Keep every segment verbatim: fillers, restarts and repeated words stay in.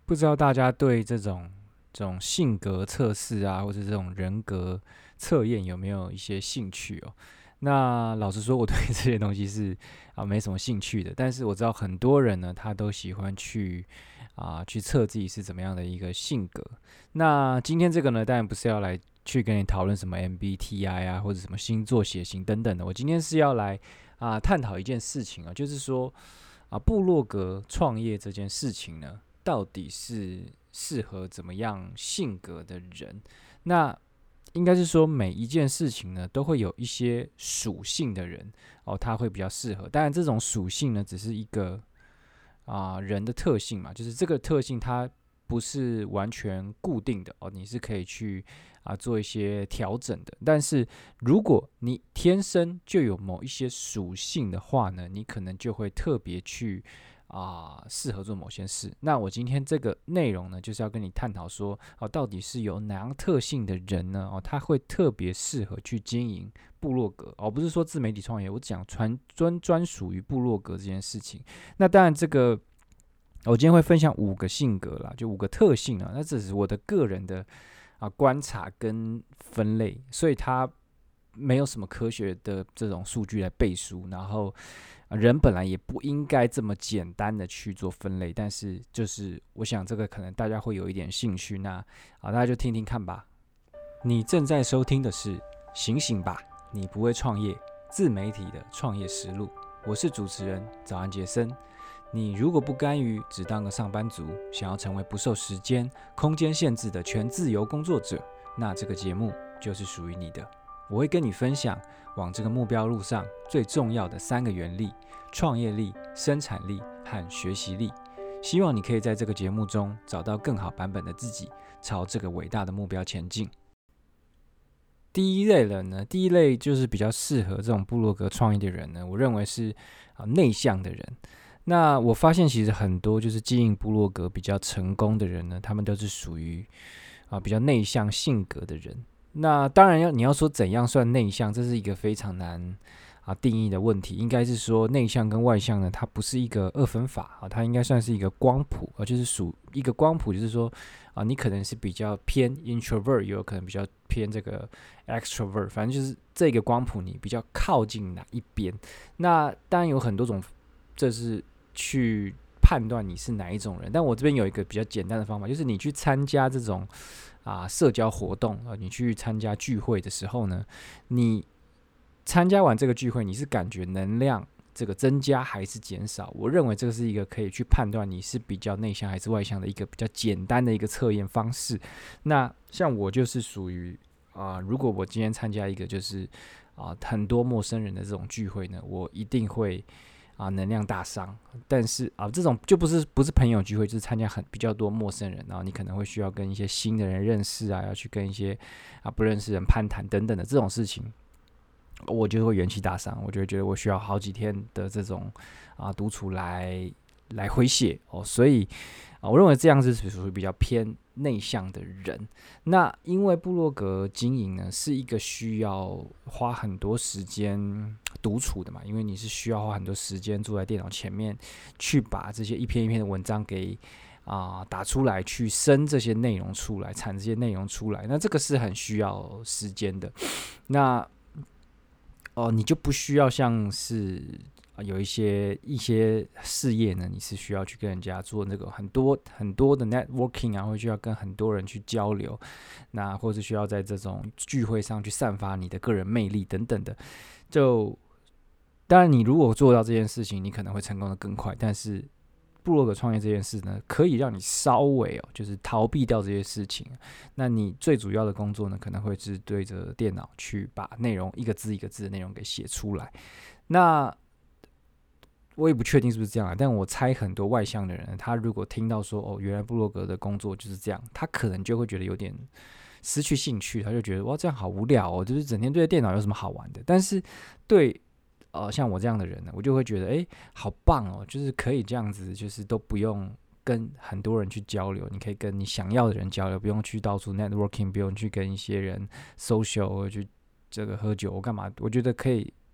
不知道大家对这种这种性格测试啊，或者这种人格测验有没有一些兴趣哦？那老实说，我对这些东西是啊没什么兴趣的。但是我知道很多人呢，他都喜欢去啊去测自己是怎么样的一个性格。那今天这个呢，当然不是要来去跟你讨论什么 M B T I 啊，或者什么星座、血型等等的。我今天是要来啊探讨一件事情啊，就是说啊部落格创业这件事情呢，到底是适合怎么样性格的人？那应该是说每一件事情呢，都会有一些属性的人哦，他会比较适合。当然，这种属性呢，只是一个啊、人的特性嘛，就是这个特性它不是完全固定的哦，你是可以去啊做一些调整的。但是如果你天生就有某一些属性的话呢，你可能就会特别去啊适合做某些事。那我今天这个内容呢，就是要跟你探讨说，哦，到底是有哪样特性的人呢？哦，他会特别适合去经营部落格，而、哦、不是说自媒体创业，我讲专专专属于部落格这件事情。那当然，这个我今天会分享五个性格啦，就五个特性啊。那这只是我的个人的啊观察跟分类，所以它没有什么科学的这种数据来背书。然后啊人本来也不应该这么简单的去做分类，但是就是我想这个可能大家会有一点兴趣，那啊大家就听听看吧。你正在收听的是醒醒吧，你不会创业自媒体的创业实录，我是主持人早安杰森。你如果不甘于只当个上班族，想要成为不受时间、空间限制的全自由工作者，那这个节目就是属于你的。我会跟你分享往这个目标路上最重要的三个原力：创业力、生产力和学习力。希望你可以在这个节目中找到更好版本的自己，朝这个伟大的目标前进。第一类人呢，第一类就是比较适合这种部落格创业的人呢，我认为是啊内向的人。那我发现其实很多就是经营部落格比较成功的人呢，他们都是属于啊比较内向性格的人。那当然要你要说怎样算内向，这是一个非常难啊定义的问题。应该是说内向跟外向呢，它不是一个二分法啊，它应该算是一个光谱啊，就是属一个光谱，就是说啊，你可能是比较偏 introvert，也有可能比较偏这个 extrovert，反正就是这个光谱你比较靠近哪一边。那当然有很多种，这是去判断你是哪一种人。但我这边有一个比较简单的方法，就是你去参加这种啊社交活动啊，你去参加聚会的时候呢，你参加完这个聚会，你是感觉能量这个增加还是减少？我认为这个是一个可以去判断你是比较内向还是外向的一个比较简单的一个测验方式。那像我就是属于啊、呃如果我今天参加一个就是啊、呃很多陌生人的这种聚会呢，我一定会啊能量大伤。但是啊这种就不是不是朋友聚会，就是参加很比较多陌生人，然后你可能会需要跟一些新的人认识啊，要去跟一些啊不认识人攀谈等等的这种事情，我就会元气大伤。我就会觉得我需要好几天的这种啊独处来来回血哦，所以啊我认为这样是属于比较偏内向的人。那因为部落格经营呢是一个需要花很多时间独处的嘛，因为你是需要花很多时间坐在电脑前面去把这些一篇一篇的文章给啊、打出来，去生这些内容出来，产这些内容出来，那这个是很需要时间的。那哦，你就不需要像是有一些一些事业呢，你是需要去跟人家做那个很多很多的 networking 啊，或需要跟很多人去交流，那或是需要在这种聚会上去散发你的个人魅力等等的。就当然，你如果做到这件事情，你可能会成功的更快。但是部落格创业这件事呢，可以让你稍微哦，就是逃避掉这些事情。那你最主要的工作呢，可能会是对着电脑去把内容一个字一个字的内容给写出来。那我也不确定是不是这样啊，但我猜很多外向的人，他如果听到说哦，原来部落格的工作就是这样，他可能就会觉得有点失去兴趣，他就觉得哇，这样好无聊哦，就是整天对着电脑有什么好玩的？但是对呃像我这样的人呢，我就会觉得哎，好棒哦，就是可以这样子，就是都不用跟很多人去交流，你可以跟你想要的人交流，不用去到处 networking，不用去跟一些人 social 去这个喝酒干嘛？我觉得可以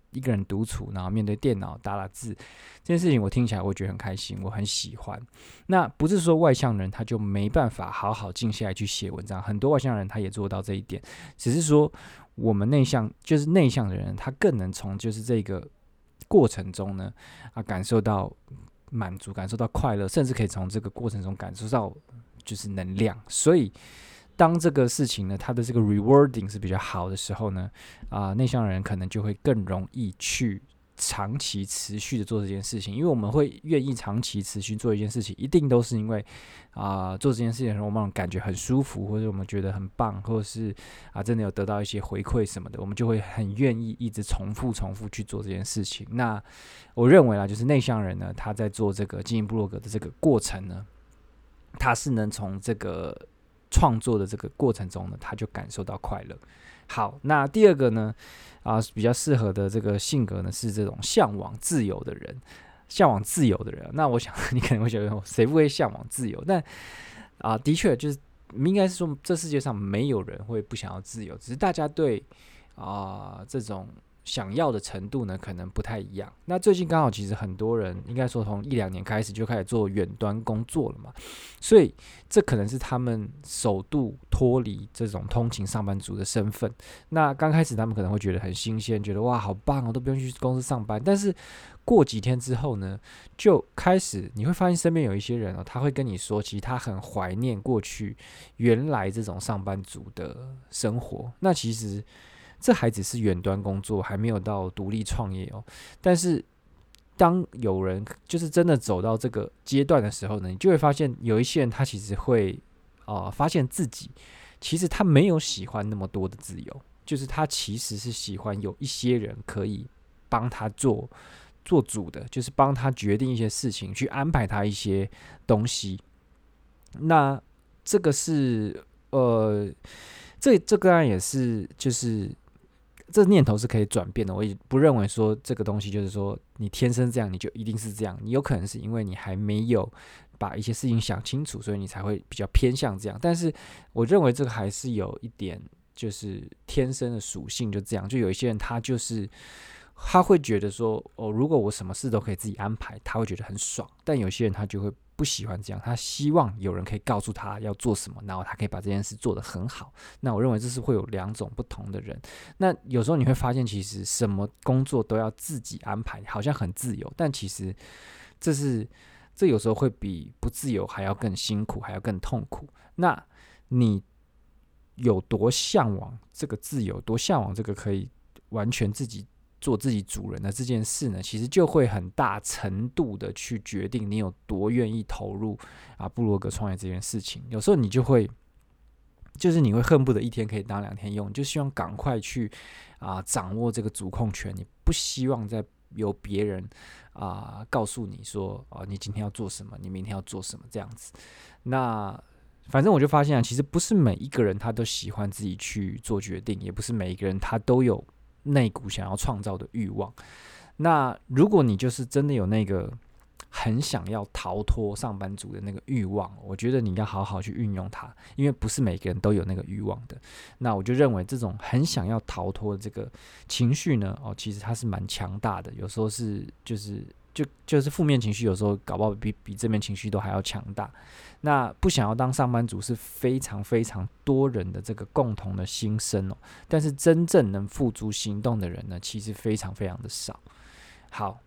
一个人独处，然后面对电脑打打字，这件事情我听起来我觉得很开心，我很喜欢。那不是说外向人他就没办法好好静下来去写文章，很多外向人他也做到这一点，只是说我们内向就是内向的人，他更能从就是这个过程中呢啊感受到满足，感受到快乐，甚至可以从这个过程中感受到就是能量。所以当这个事情呢，它的这个 rewarding 是比较好的时候呢，啊、呃，内向人可能就会更容易去长期持续的做这件事情，因为我们会愿意长期持续做一件事情，一定都是因为啊、呃、做这件事情的时候，我们感觉很舒服，或者我们觉得很棒，或者是啊真的有得到一些回馈什么的，我们就会很愿意一直重复重复去做这件事情。那我认为啦，就是内向人呢，他在做这个经营部落格的这个过程呢，他是能从这个创作的这个过程中呢，他就感受到快乐。好，那第二个呢，啊，比较适合的这个性格呢，是这种向往自由的人，向往自由的人。那我想你可能会觉得，谁不会向往自由？但啊，的确就是应该是说，这世界上没有人会不想要自由，只是大家对啊这种想要的程度呢，可能不太一样。那最近刚好，其实很多人应该说从一两年开始就开始做远端工作了嘛，所以这可能是他们首度脱离这种通勤上班族的身份。那刚开始他们可能会觉得很新鲜，觉得哇好棒哦，都不用去公司上班。但是过几天之后呢，就开始你会发现身边有一些人哦，他会跟你说，其实他很怀念过去原来这种上班族的生活。那其实这还只是远端工作，还没有到独立创业哦。但是当有人就是真的走到这个阶段的时候呢，你就会发现有一些人他其实会呃发现自己其实他没有喜欢那么多的自由，就是他其实是喜欢有一些人可以帮他做做主的，就是帮他决定一些事情，去安排他一些东西。那这个是呃，这这个当然也是就是这念头是可以转变的。我也不认为说这个东西就是说你天生这样你就一定是这样，你有可能是因为你还没有把一些事情想清楚，所以你才会比较偏向这样。但是我认为这个还是有一点就是天生的属性就这样，就有一些人他就是他会觉得说哦，如果我什么事都可以自己安排，他会觉得很爽。但有些人他就会不喜欢这样，他希望有人可以告诉他要做什么，然后他可以把这件事做得很好。那我认为这是会有两种不同的人。那有时候你会发现，其实什么工作都要自己安排，好像很自由，但其实这是这有时候会比不自由还要更辛苦，还要更痛苦。那你有多向往这个自由，多向往这个可以完全自己做自己主人的这件事呢，其实就会很大程度的去决定你有多愿意投入啊部落格创业这件事情。有时候你就会，就是你会恨不得一天可以当两天用，你就希望赶快去啊掌握这个主控权，你不希望再由别人啊告诉你说啊你今天要做什么，你明天要做什么这样子。那反正我就发现啊，其实不是每一个人他都喜欢自己去做决定，也不是每一个人他都有那股想要创造的欲望。那如果你就是真的有那个很想要逃脱上班族的那个欲望，我觉得你应该好好去运用它，因为不是每个人都有那个欲望的。那我就认为这种很想要逃脱的这个情绪呢，哦，其实它是蛮强大的，有时候是就是就就是负面情绪，有时候搞不好比比正面情绪都还要强大。那不想要当上班族是非常非常多人的这个共同的心声哦，但是真正能付诸行动的人呢，其实非常非常的少。好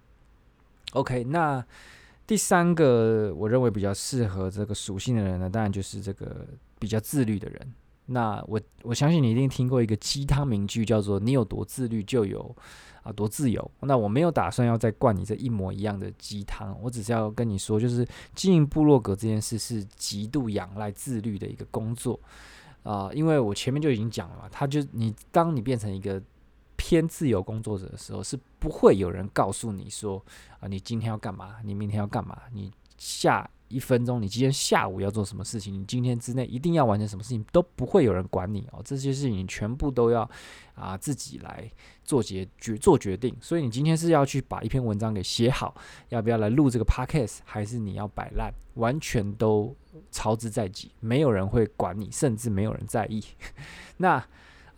，OK， 那第三个我认为比较适合这个属性的人呢，当然就是这个比较自律的人。那我我相信你一定听过一个鸡汤名句，叫做"你有多自律，就有啊多自由"。那我没有打算要再灌你这一模一样的鸡汤，我只是要跟你说，就是经营部落格这件事是极度仰赖自律的一个工作啊、呃，因为我前面就已经讲了嘛，他就你当你变成一个偏自由工作者的时候，是不会有人告诉你说啊、呃，你今天要干嘛，你明天要干嘛，你下一分钟，你今天下午要做什么事情，你今天之内一定要完成什么事情，都不会有人管你哦。这些事情你全部都要啊、呃、自己来做决决做决定。所以你今天是要去把一篇文章给写好，要不要来录这个 podcast， 还是你要摆烂，完全都操之在己，没有人会管你，甚至没有人在意。那啊、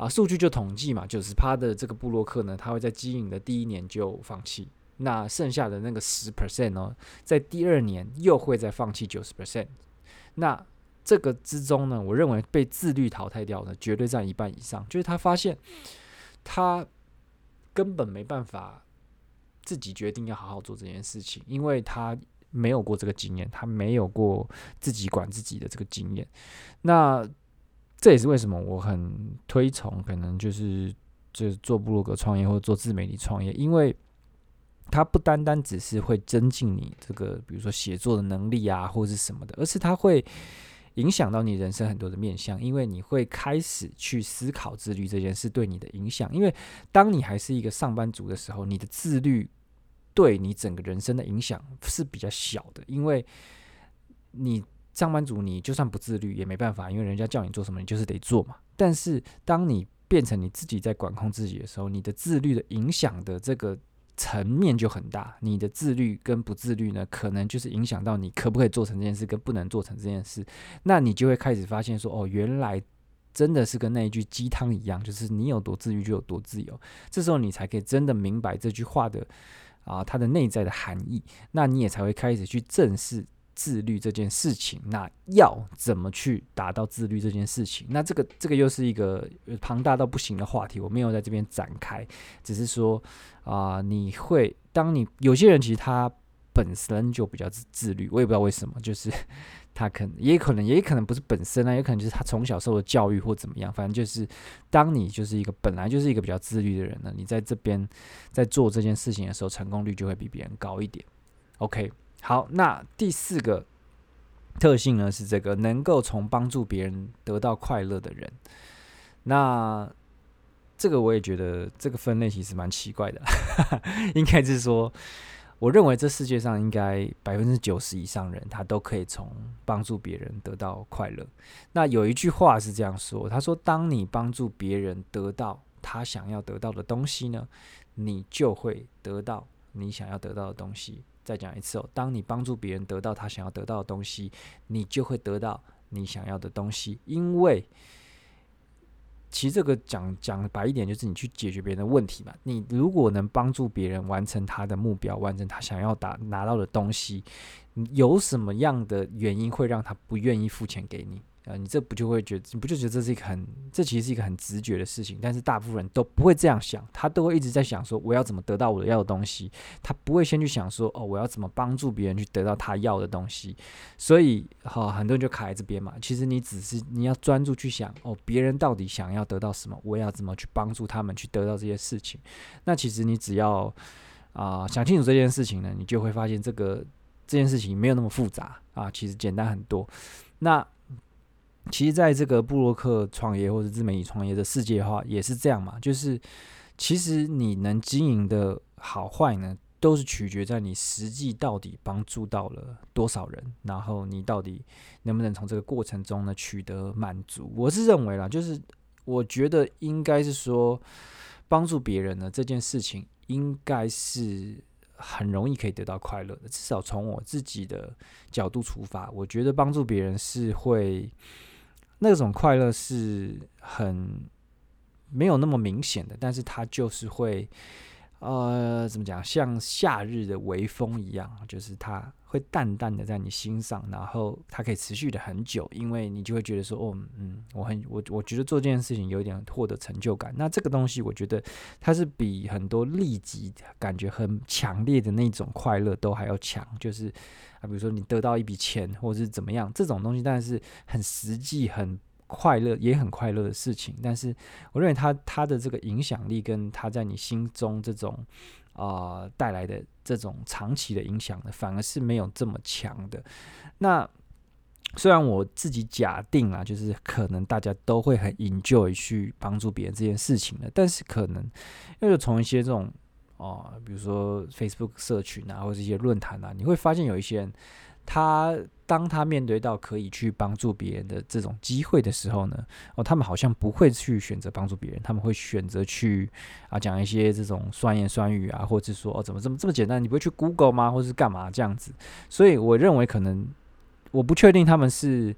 啊，数据就统计嘛， 百分之九十 的这个部落客呢，他会在经营的第一年就放弃，那剩下的那个 百分之十 呢，在第二年又会再放弃 百分之九十。 那这个之中呢，我认为被自律淘汰掉的绝对占一半以上，就是他发现他根本没办法自己决定要好好做这件事情，因为他没有过这个经验，他没有过自己管自己的这个经验。那这也是为什么我很推崇可能就是就是做部落格创业或者做自媒体创业，因为它不单单只是会增进你这个比如说写作的能力啊或是什么的，而是它会影响到你人生很多的面向，因为你会开始去思考自律这件事对你的影响。因为当你还是一个上班族的时候，你的自律对你整个人生的影响是比较小的，因为你上班族你就算不自律也没办法，因为人家叫你做什么你就是得做嘛。但是当你变成你自己在管控自己的时候，你的自律的影响的这个层面就很大，你的自律跟不自律呢，可能就是影响到你可不可以做成这件事跟不能做成这件事。那你就会开始发现说，哦，原来真的是跟那一句鸡汤一样，就是你有多自律就有多自由。这时候你才可以真的明白这句话的啊，它的内在的含义，那你也才会开始去正视自律这件事情。那要怎么去达到自律这件事情？那这个这个又是一个庞大到不行的话题，我没有在这边展开，只是说啊、呃，你会当你有些人其实他本身就比较自自律，我也不知道为什么，就是他可能也可能也可能不是本身啊，也可能就是他从小受的教育或怎么样，反正就是当你就是一个本来就是一个比较自律的人呢，你在这边在做这件事情的时候，成功率就会比别人高一点。OK， 好，那第四个特性呢是这个能够从帮助别人得到快乐的人。那这个我也觉得这个分类其实蛮奇怪的，应该是说。我认为这世界上应该 百分之九十 以上人他都可以从帮助别人得到快乐。那有一句话是这样说，他说当你帮助别人得到他想要得到的东西呢，你就会得到你想要得到的东西。再讲一次哦，当你帮助别人得到他想要得到的东西，你就会得到你想要的东西。因为其实这个讲讲白一点，就是你去解决别人的问题嘛。你如果能帮助别人完成他的目标，完成他想要打拿到的东西，有什么样的原因会让他不愿意付钱给你？呃，你这不就会觉得，你不就觉得这是一个很，这其实是一个很直觉的事情，但是大部分人都不会这样想，他都会一直在想说，我要怎么得到我要的东西，他不会先去想说，哦，我要怎么帮助别人去得到他要的东西，所以，好、哦，很多人就卡在这边嘛。其实你只是你要专注去想，哦，别人到底想要得到什么，我要怎么去帮助他们去得到这些事情。那其实你只要啊、呃、想清楚这件事情呢，你就会发现这个这件事情没有那么复杂啊，其实简单很多。那其实在这个部落客创业或者自媒体创业的世界的话也是这样嘛，就是其实你能经营的好坏呢，都是取决在你实际到底帮助到了多少人，然后你到底能不能从这个过程中呢取得满足。我是认为啦，就是我觉得应该是说帮助别人呢这件事情应该是很容易可以得到快乐的，至少从我自己的角度出发，我觉得帮助别人是会那种快乐是很没有那么明显的，但是它就是会呃怎么讲，像夏日的微风一样，就是它会淡淡的在你心上，然后它可以持续的很久，因为你就会觉得说，哦，嗯，我很我我觉得做这件事情有一点获得成就感。那这个东西，我觉得它是比很多立即感觉很强烈的那种快乐都还要强，就是啊，比如说你得到一笔钱，或者是怎么样，这种东西当然是很实际、很快乐，也很快乐的事情。但是我认为它它的这个影响力跟它在你心中这种啊、呃、带来的这种长期的影响呢，反而是没有这么强的。那虽然我自己假定啊，就是可能大家都会很 enjoy 去帮助别人这件事情的，但是可能因为从一些这种哦、呃，比如说 Facebook 社群啊，或者一些论坛啊，你会发现有一些人，他当他面对到可以去帮助别人的这种机会的时候呢，哦，他们好像不会去选择帮助别人，他们会选择去啊讲一些这种酸言酸语啊，或者是说哦怎么这么这么简单，你不会去 Google 吗，或是干嘛这样子？所以我认为可能我不确定他们是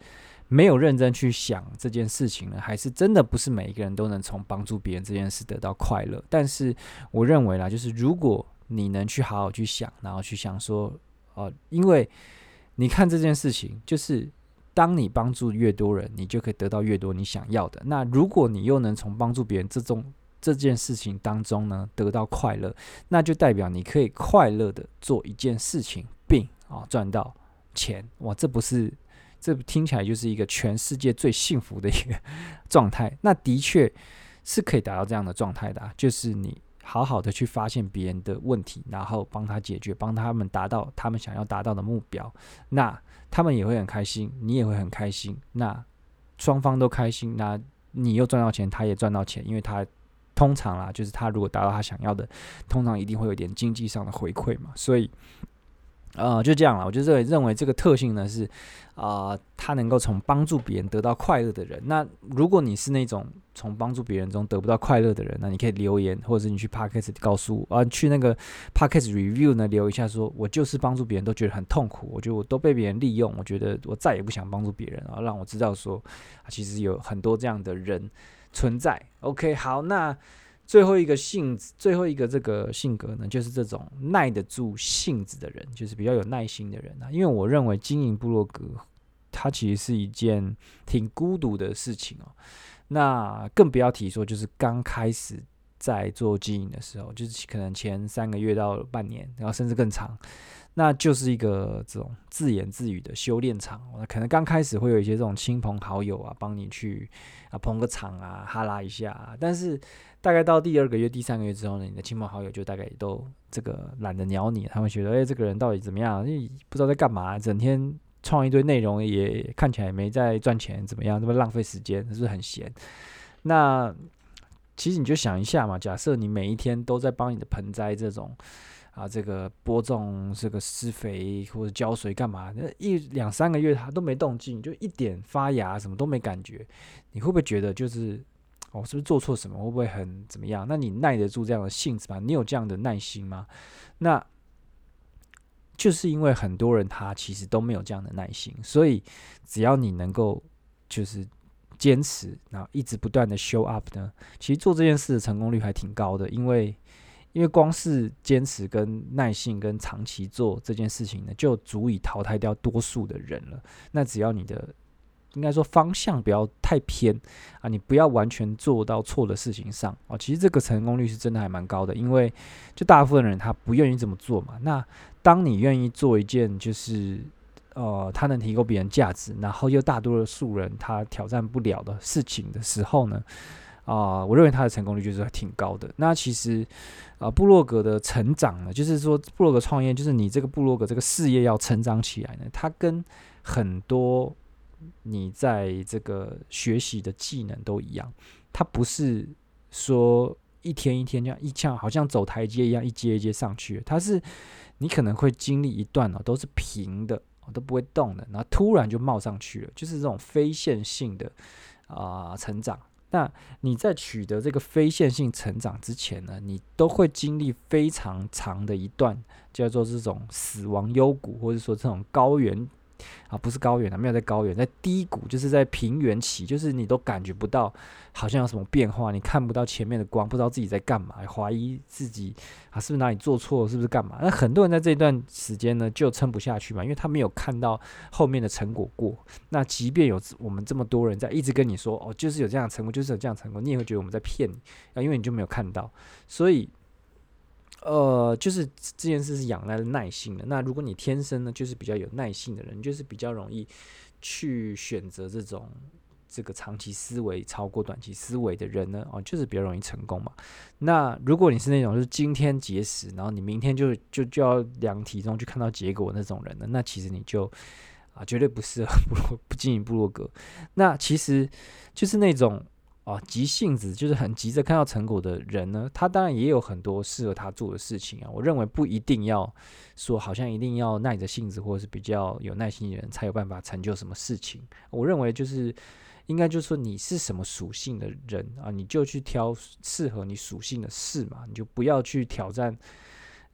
没有认真去想这件事情呢，还是真的不是每一个人都能从帮助别人这件事得到快乐。但是我认为啦，就是如果你能去好好去想，然后去想说，呃，因为你看这件事情，就是当你帮助越多人，你就可以得到越多你想要的。那如果你又能从帮助别人这种这件事情当中呢得到快乐，那就代表你可以快乐的做一件事情，并啊赚到钱。哇，这不是这听起来就是一个全世界最幸福的一个状态。那的确是可以达到这样的状态的、啊，就是你好好的去发现别人的问题，然后帮他解决，帮他们达到他们想要达到的目标。那他们也会很开心，你也会很开心，那双方都开心，那你又赚到钱，他也赚到钱，因为他通常啦，就是他如果达到他想要的，通常一定会有点经济上的回馈嘛，所以。呃，就这样了。我就认为这个特性呢是，啊、呃，他能够从帮助别人得到快乐的人。那如果你是那种从帮助别人中得不到快乐的人，那你可以留言，或者是你去 Podcast 告诉我，啊、呃，去那个 Podcast Review 呢留一下说，我就是帮助别人都觉得很痛苦，我觉得我都被别人利用，我觉得我再也不想帮助别人，然后让我知道说，啊，其实有很多这样的人存在。OK， 好，那。最后一个性子，最后一个这个性格呢，就是这种耐得住性子的人，就是比较有耐心的人啊。因为我认为经营部落格，它其实是一件挺孤独的事情哦。那更不要提说，就是刚开始在做经营的时候，就是可能前三个月到半年，然后甚至更长，那就是一个这种自言自语的修炼场。可能刚开始会有一些这种亲朋好友啊，帮你去啊捧个场啊，哈拉一下啊，但是。大概到第二个月、第三个月之后呢，你的亲朋好友就大概也都这个懒得鸟你，他们觉得，哎、欸，这个人到底怎么样？不知道在干嘛，整天创一堆内容，也看起来没在赚钱，怎么样？这么浪费时间，是不是很闲？那其实你就想一下嘛，假设你每一天都在帮你的盆栽这种啊，这个播种、这个施肥或者浇水干嘛？一两三个月它都没动静，就一点发芽什么都没感觉，你会不会觉得就是？我、哦、是不是做错什么？会不会很怎么样？那你耐得住这样的性子吗？你有这样的耐心吗？那就是因为很多人他其实都没有这样的耐心，所以只要你能够就是坚持，然后一直不断的 show up 呢，其实做这件事的成功率还挺高的，因为因为光是坚持跟耐性跟长期做这件事情呢，就足以淘汰掉多数的人了。那只要你的应该说方向不要太偏啊，你不要完全做到错的事情上哦。其实这个成功率是真的还蛮高的，因为就大部分人他不愿意这么做嘛。那当你愿意做一件就是呃他能提供别人价值，然后又大多数人他挑战不了的事情的时候呢，啊、呃，我认为他的成功率就是挺高的。那其实啊、呃，部落格的成长呢，就是说部落格创业，就是你这个部落格这个事业要成长起来呢，它跟很多你在这个学习的技能都一样，它不是说一天一天这样一像好像走台阶一样一阶一阶上去，它是你可能会经历一段、哦、都是平的、哦、都不会动的，然后突然就冒上去了，就是这种非线性的、呃、成长。那你在取得这个非线性成长之前呢，你都会经历非常长的一段叫做这种死亡幽谷，或者说这种高原啊，不是高原啊，没有在高原，在低谷，就是在平原期，就是你都感觉不到好像有什么变化，你看不到前面的光，不知道自己在干嘛，怀疑自己啊是不是哪里做错了，是不是干嘛？那很多人在这一段时间呢就撑不下去嘛，因为他没有看到后面的成果过。那即便有我们这么多人在一直跟你说，哦，就是有这样的成果，就是有这样的成果，你也会觉得我们在骗你啊，因为你就没有看到，所以。呃，就是这件事是仰赖耐性的。那如果你天生呢，就是比较有耐性的人，就是比较容易去选择这种这个长期思维超过短期思维的人呢，哦，就是比较容易成功嘛。那如果你是那种就是今天节食，然后你明天就就就要量体重去看到结果那种人呢，那其实你就啊绝对不适合部落不经营部落格。那其实就是那种。哦，急性子就是很急着看到成果的人呢，他当然也有很多适合他做的事情啊。我认为不一定要说，好像一定要耐着性子，或者是比较有耐心的人才有办法成就什么事情。我认为就是应该就是说你是什么属性的人啊，你就去挑适合你属性的事嘛，你就不要去挑战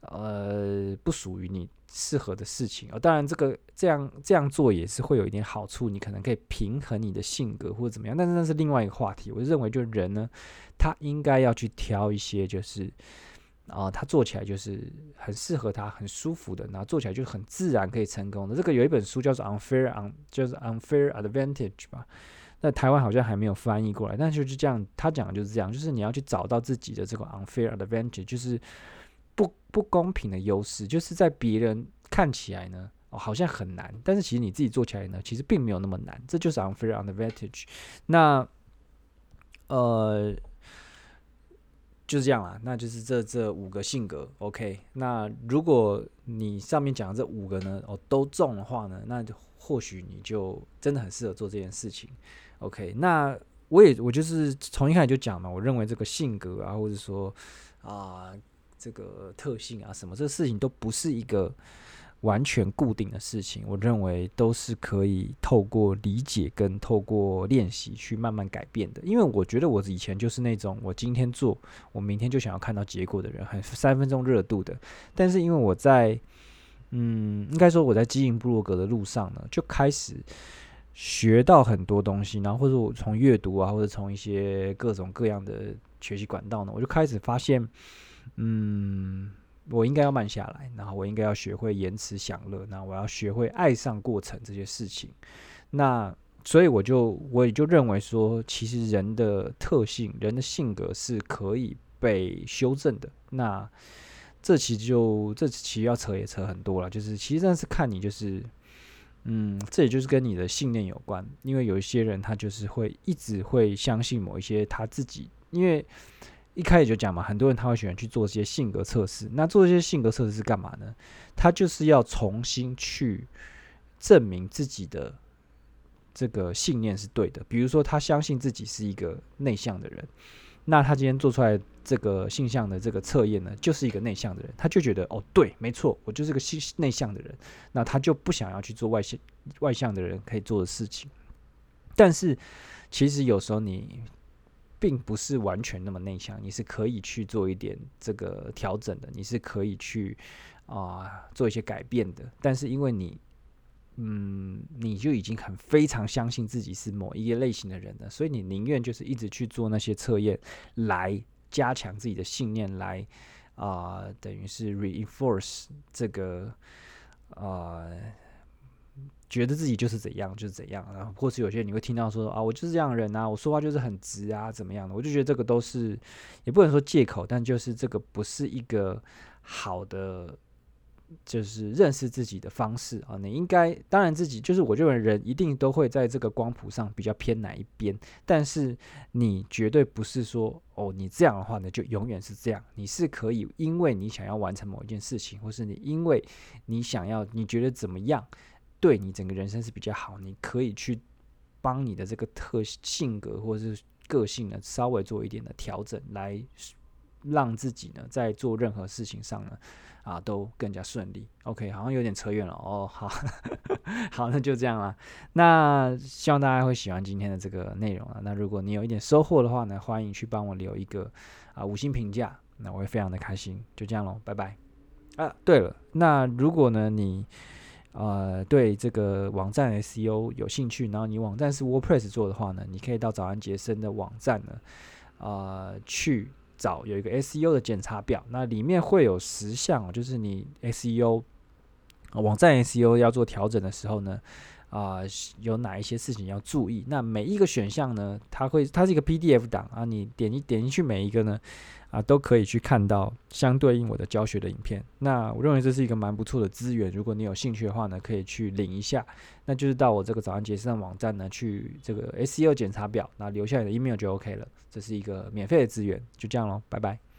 呃不属于你适合的事情。哦，当然这个这样这样做也是会有一点好处，你可能可以平衡你的性格或者怎么样，但是那是另外一个话题。我认为就人呢，他应该要去挑一些就是啊、呃，他做起来就是很适合他、很舒服的，然后做起来就很自然可以成功的。这个有一本书叫做 Unfair Un 就是 Unfair Advantage 吧，那台湾好像还没有翻译过来，但就是这样，他讲的就是这样，就是你要去找到自己的这个 Unfair Advantage，就是不不公平的优势，就是在别人看起来呢。哦，好像很难，但是其实你自己做起来呢，其实并没有那么难，这就是 unfair advantage。那呃，就是这样啦，那就是这这五个性格 ，OK。那如果你上面讲的这五个呢，哦都中的话呢，那或许你就真的很适合做这件事情 ，OK。那我也我就是从一开始就讲嘛，我认为这个性格啊，或者说啊、呃、这个特性啊什么，这个事情都不是一个完全固定的事情，我认为都是可以透过理解跟透过练习去慢慢改变的。因为我觉得我以前就是那种我今天做，我明天就想要看到结果的人，很三分钟热度的。但是因为我在，嗯，应该说我在经营部落格的路上呢，就开始学到很多东西，然后或者我从阅读啊，或者从一些各种各样的学习管道呢，我就开始发现，嗯。我应该要慢下来，然后我应该要学会延迟享乐，那我要学会爱上过程这些事情。那所以我就我也就认为说，其实人的特性、人的性格是可以被修正的。那这其实就这其实要扯也扯很多了，就是其实真的是看你就是嗯，这也就是跟你的信念有关。因为有一些人他就是会一直会相信某一些他自己，因为一开始就讲嘛，很多人他会喜欢去做这些性格测试。那做这些性格测试是干嘛呢？他就是要重新去证明自己的这个信念是对的。比如说，他相信自己是一个内向的人，那他今天做出来这个性向的这个测验呢，就是一个内向的人，他就觉得哦，对，没错，我就是个内向的人，那他就不想要去做外向外向的人可以做的事情。但是其实有时候你并不是完全那么内向，你是可以去做一点这个调整的，你是可以去啊、呃、做一些改变的。但是因为你，嗯，你就已经很非常相信自己是某一个类型的人了，所以你宁愿就是一直去做那些测验，来加强自己的信念，来啊、呃、等于是 reinforce 这个啊。呃觉得自己就是怎样就是怎样，然后或是有些人你会听到说啊，我就是这样的人啊，我说话就是很直啊，怎么样的？我就觉得这个都是，也不能说借口，但就是这个不是一个好的，就是认识自己的方式啊。你应该，当然自己就是我认为人一定都会在这个光谱上比较偏哪一边，但是你绝对不是说哦，你这样的话呢就永远是这样，你是可以因为你想要完成某一件事情，或是你因为你想要你觉得怎么样。对你整个人生是比较好，你可以去帮你的这个特性格或者是个性呢，稍微做一点的调整，来让自己呢在做任何事情上呢啊都更加顺利。OK， 好像有点扯远了哦。好，好，那就这样啦。那希望大家会喜欢今天的这个内容啊。那如果你有一点收获的话呢，欢迎去帮我留一个啊五星评价，那我会非常的开心。就这样咯，拜拜。啊，对了，那如果呢你呃，对这个网站 S E O 有兴趣，然后你网站是 WordPress 做的话呢，你可以到早安杰森的网站呢，呃，去找有一个 S E O 的检查表，那里面会有十项，就是你 S E O、呃、网站 S E O 要做调整的时候呢，啊、呃，有哪一些事情要注意？那每一个选项呢，它会它是一个 P D F 档啊，你点一点进去每一个呢。啊，都可以去看到相对应我的教学的影片。那我认为这是一个蛮不错的资源，如果你有兴趣的话呢，可以去领一下。那就是到我这个早安杰森网站呢，去这个 S E O 检查表，那留下你的 email 就 OK 了。这是一个免费的资源，就这样咯，拜拜。